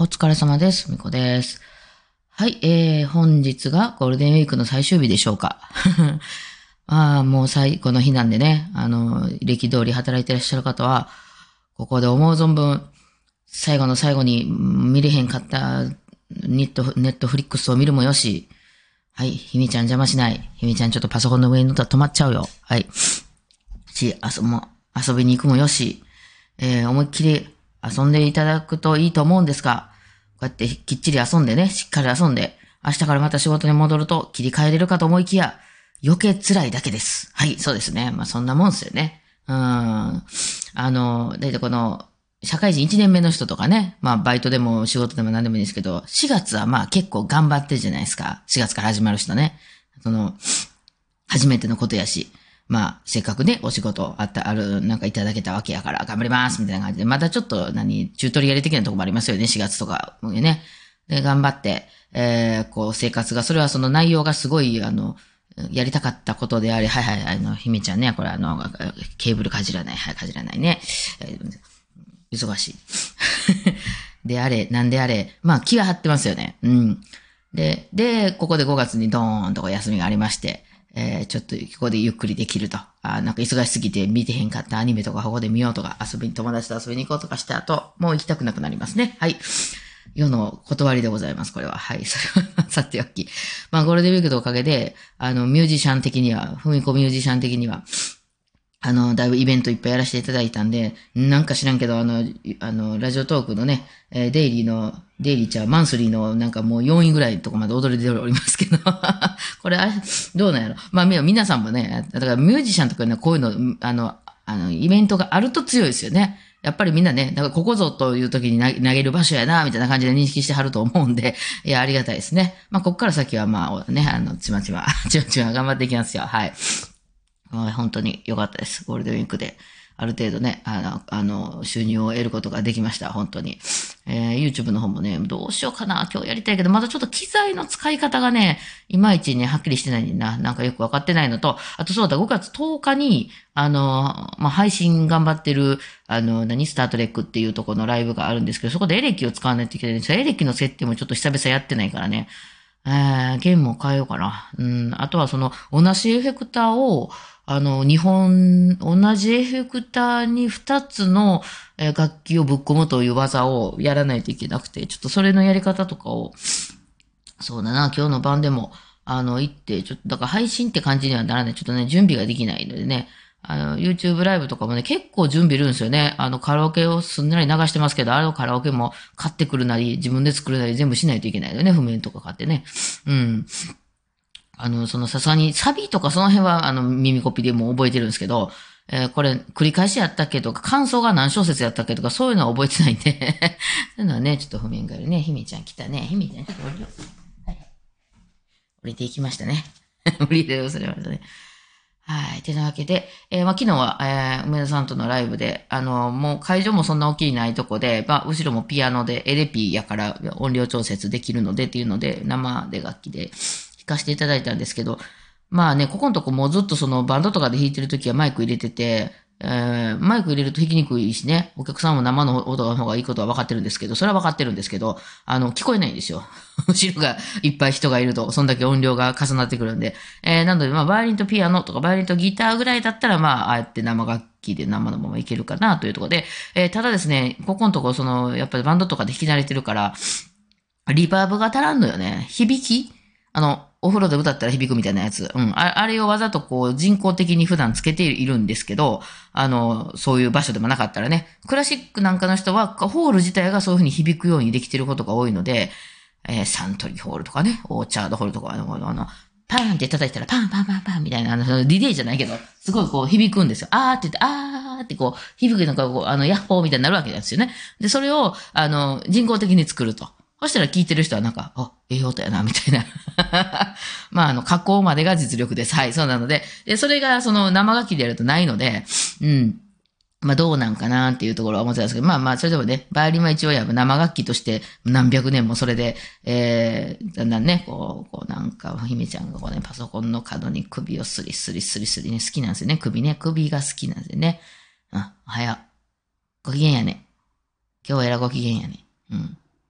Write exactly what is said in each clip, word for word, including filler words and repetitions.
お疲れ様です。みこです。はい、えー、本日がゴールデンウィークの最終日でしょうか。ああ、もう最後の日なんでね、あの、歴通り働いてらっしゃる方は、ここで思う存分、最後の最後に見れへんかったネット、ネットフリックスを見るもよし、はい、ひみちゃん邪魔しない。ひみちゃんちょっとパソコンの上に乗ったら止まっちゃうよ。はい。し、遊も、遊びに行くもよし、えー、思いっきり遊んでいただくといいと思うんですが、こうやってきっちり遊んでね、しっかり遊んで、明日からまた仕事に戻ると切り替えれるかと思いきや、余計辛いだけです。はい、そうですね。まあそんなもんですよね。うん。あの、だいたいこの、社会人いちねんめの人とかね、まあバイトでも仕事でも何でもいいんですけど、しがつはまあ結構頑張ってるじゃないですか。しがつから始まる人ね。その、初めてのことやし。まあ、せっかくね、お仕事あった、ある、なんかいただけたわけやから、頑張りますみたいな感じで、またちょっと、何、チュートリアル的なとこもありますよね、しがつとか、ね。で、頑張って、えー、こう、生活が、それはその内容がすごい、あの、やりたかったことであり、はいはい、あの、ひめちゃんね、これあの、ケーブルかじらない、はい、かじらないね。えー、忙しい。であれ、なんであれ、まあ気が張ってますよね。うん。で、で、ここでごがつにドーンと休みがありまして、えー、ちょっとここでゆっくりできると。あなんか忙しすぎて見てへんかったアニメとかここで見ようとか、遊びに友達と遊びに行こうとかした後、もう行きたくなくなりますね。はい。世の断りでございます、これは。はい。それはさておき。まあ、ゴールデンウィークのおかげで、あの、ミュージシャン的には、ふみこミュージシャン的には、あの、だいぶイベントいっぱいやらせていただいたんで、なんか知らんけど、あの、あの、ラジオトークのね、えーデイリーの、デイリーちゃう、マンスリーのなんかもうよんいぐらいのとこまで踊れておりますけど、これ、あれ、どうなんやろ。まあ、み皆さんもね、だからミュージシャンとかね、こういうの、あの、あの、イベントがあると強いですよね。やっぱりみんなね、だからここぞという時に投げる場所やな、みたいな感じで認識してはると思うんで、いや、ありがたいですね。まあ、こっから先はまあ、ね、あの、ちまちま、ちまちま頑張っていきますよ。はい。本当に良かったです。ゴールデンウィークで。ある程度ね、あの、あの、収入を得ることができました。本当に。えー、YouTube の方もね、どうしようかな、今日やりたいけど、まだちょっと機材の使い方がね、いまいちね、はっきりしてないんだな。なんかよくわかってないのと、あとそうだ、ごがつとおかに、あの、まあ、配信頑張ってる、あの、何、スタートレックっていうところのライブがあるんですけど、そこでエレキを使わないといけないんですよ。エレキの設定もちょっと久々やってないからね。えー、ゲームを変えようかな。うん、あとはその、同じエフェクターを、あの、日本、同じエフェクターにふたつのえー楽器をぶっ込むという技をやらないといけなくて、ちょっとそれのやり方とかを、そうだな、今日の晩でも、あの、行って、ちょっと、だから配信って感じにはならない。ちょっとね、準備ができないのでね、あの、YouTube ライブとかもね、結構準備いるんですよね。あの、カラオケをすんなり流してますけど、あれをカラオケも買ってくるなり、自分で作るなり全部しないといけないのでね、譜面とか買ってね。うん。あの、そのさすがにサビとかその辺はあの耳コピでも覚えてるんですけど、えーこれ繰り返しやったっけとか、感想が何小節やったっけとか、そういうのは覚えてないんでそういうのはね、ちょっと譜面があるね。ひめちゃん来たね。ひめちゃん、ちょっと降りよう。はい。降りていきましたね。降りて忘れましたね。はい。てなわけで、えーまあ、昨日は、えー梅田さんとのライブで、あの、もう会場もそんな大きいないとこで、まあ、後ろもピアノで、エレピーやから音量調節できるのでっていうので、生で楽器で弾かせていただいたんですけど、まあね、ここのとこもうずっとそのバンドとかで弾いてるときはマイク入れてて、えーマイク入れると弾きにくいしね、お客さんも生の音の方がいいことは分かってるんですけど、それは分かってるんですけど、あの、聞こえないんですよ。後ろがいっぱい人がいると、そんだけ音量が重なってくるんで。えーなので、まあ、バイオリンとピアノとか、バイオリンとギターぐらいだったら、まあ、ああやって生楽器で生のままいけるかなというところで、えーただですね、ここのところ、その、やっぱりバンドとかで弾き慣れてるから、リバーブが足らんのよね。響きあの、お風呂で歌ったら響くみたいなやつ。うん。ああれをわざとこう人工的に普段つけているんですけど、あの、そういう場所でもなかったらね、クラシックなんかの人は、ホール自体がそういう風に響くようにできてることが多いので、えーサントリーホールとかね、オーチャードホールとか、あの、あのパーンって叩いたらパンパンパンパンみたいな、あの、そのリレーじゃないけど、すごいこう響くんですよ。あーって言って、あーってこう、響くのがこう、あの、ヤッホーみたいになるわけなんですよね。で、それを、あの、人工的に作ると。そしたら聞いてる人はなんか、あ、ええ音やな、みたいな。まあ、あの、加工までが実力です。はい、そうなので。で、それがその生楽器でやるとないので、うん。まあどうなんかなっていうところは思ってたんですけど、まあまあそれでもね、バイオリンは一応やっぱ生楽器として何百年もそれで、えー、だんだんね、こう、こうなんか、姫ちゃんがこうね、パソコンの角に首をスリスリスリスリね、好きなんですよね、首ね、首が好きなんですよね。あ、おはよう。ご機嫌やね。今日はえらご機嫌やね。うん。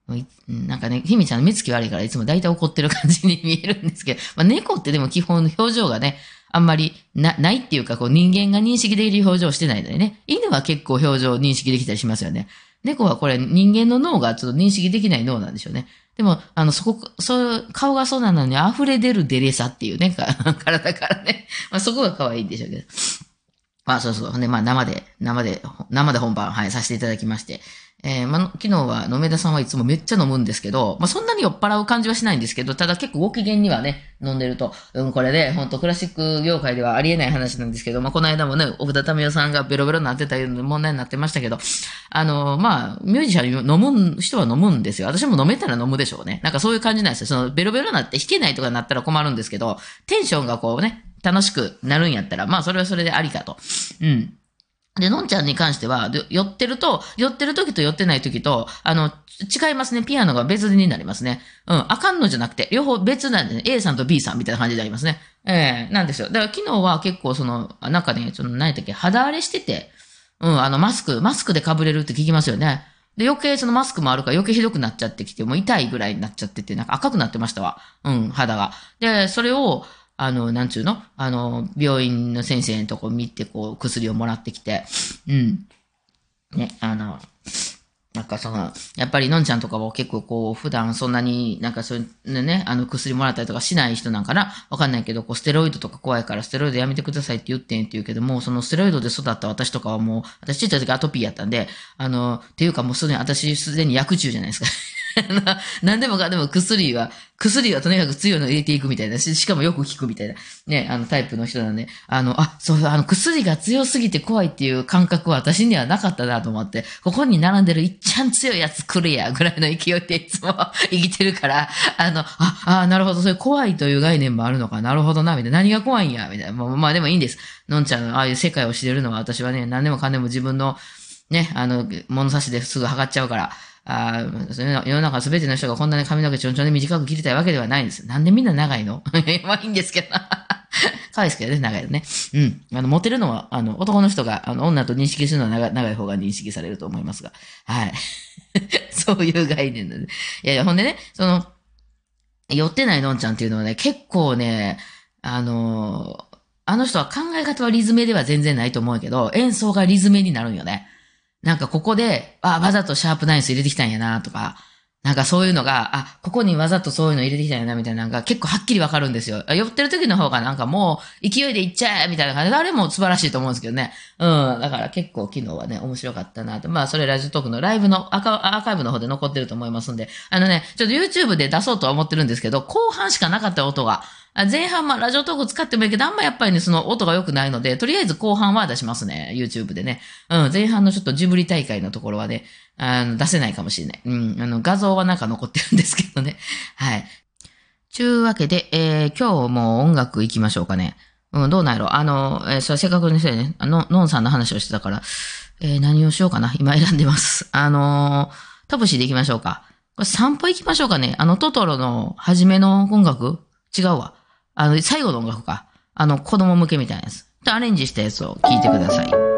なんかね、ひみちゃんの目つき悪いからいつも大体怒ってる感じに見えるんですけど、まあ、猫ってでも基本表情がね、あんまりな、ないっていうか、こう人間が認識できる表情をしてないのでね。犬は結構表情を認識できたりしますよね。猫はこれ人間の脳がちょっと認識できない脳なんでしょうね。でも、あの、そこ、そう、顔がそうなのに溢れ出るデレさっていうね、体からね。まあそこが可愛いんでしょうけど。まあそうそう。ほんで、まあ生で、生で、生で本番、はい、させていただきまして。えー、まあ、昨日は、野目田さんはいつもめっちゃ飲むんですけど、まあそんなに酔っ払う感じはしないんですけど、ただ結構ご機嫌にはね、飲んでると、うん、これで、本当クラシック業界ではありえない話なんですけど、まあこの間もね、奥田民生さんがベロベロになってたいう問題になってましたけど、あの、まあ、ミュージシャン飲む人は飲むんですよ。私も飲めたら飲むでしょうね。なんかそういう感じなんですよ。そのベロベロになって弾けないとかになったら困るんですけど、テンションがこうね、楽しくなるんやったら、まあそれはそれでありかと。うん。で、のんちゃんに関しては、寄ってると、寄ってる時と寄ってない時と、あの、違いますね。ピアノが別になりますね。うん。あかんのじゃなくて、両方別なんでね。A さんと B さんみたいな感じでありますね。ええー、なんですよ。だから昨日は結構その、なんかね、その、何やったっけ、肌荒れしてて、うん、あの、マスク、マスクで被れるって聞きますよね。で、余計そのマスクもあるから余計ひどくなっちゃってきて、もう痛いぐらいになっちゃってて、なんか赤くなってましたわ。うん、肌が。で、それを、あの、なんちゅうのあの、病院の先生のとこ見て、こう、薬をもらってきて、うん。ね、あの、なんかその、やっぱりのんちゃんとかも結構こう、普段そんなになんかそういうね、あの薬もらったりとかしない人なんかなわかんないけど、こう、ステロイドとか怖いからステロイドやめてくださいって言ってんって言うけども、そのステロイドで育った私とかはもう、私ちっちゃい時アトピーやったんで、あの、っていうかもうすでに私すでに薬中じゃないですか。何でもかでも薬は、薬はとにかく強いのを入れていくみたいな、し、しかもよく効くみたいな、ね、あのタイプの人なんで、あの、あ、そう、あの薬が強すぎて怖いっていう感覚は私にはなかったなと思って、ここに並んでるいっちゃん強いやつ来るや、ぐらいの勢いでいつも生きてるから、あの、あ、あ、なるほど、それ怖いという概念もあるのか、なるほどな、みたいな、何が怖いんや、みたいな、まあ、まあでもいいんです。のんちゃんのああいう世界を知れるのは私はね、何でもかんでも自分の、ね、あの、物差しですぐ測っちゃうから、あ世の中すべての人がこんなに髪の毛ちょんちょんで短く切りたいわけではないんです。なんでみんな長いのまあいいんですけど。可愛いですけどね、長いのね。うん。あの、モテるのは、あの、男の人が、あの、女と認識するのは長長い方が認識されると思いますが。はい。そういう概念なんで。いやいや、ほんでね、その、寄ってないのんちゃんっていうのはね、結構ね、あの、あの人は考え方はリズメでは全然ないと思うけど、演奏がリズメになるんよね。なんかここで、あ、わざとシャープナインス入れてきたんやなとか、なんかそういうのが、あ、ここにわざとそういうの入れてきたんやなみたいなのが結構はっきりわかるんですよ。寄ってる時の方がなんかもう勢いでいっちゃえみたいな感じで、あれも素晴らしいと思うんですけどね。うん。だから結構昨日はね、面白かったなと。まあそれラジオトークのライブのアーカアーカイブの方で残ってると思いますんで、あのね、ちょっと YouTube で出そうとは思ってるんですけど、後半しかなかった音が、前半まあラジオトーク使ってもいいけど、あんまやっぱりね、その音が良くないので、とりあえず後半は出しますね。YouTube でね。うん、前半のちょっとジブリ大会のところはね、あの、出せないかもしれない。うん、あの、画像はなんか残ってるんですけどね。はい。ちゅうわけで、えー、今日も音楽行きましょうかね。うん、どうなんやろあの、えー、それせっかくにしてね、あの、ノンさんの話をしてたから、えー、何をしようかな。今選んでます。あのー、タブシで行きましょうか。これ散歩行きましょうかね。あの、トトロの初めの音楽違うわ。あの、最後の音楽か。あの、子供向けみたいなやつ。アレンジしたやつを聞いてください。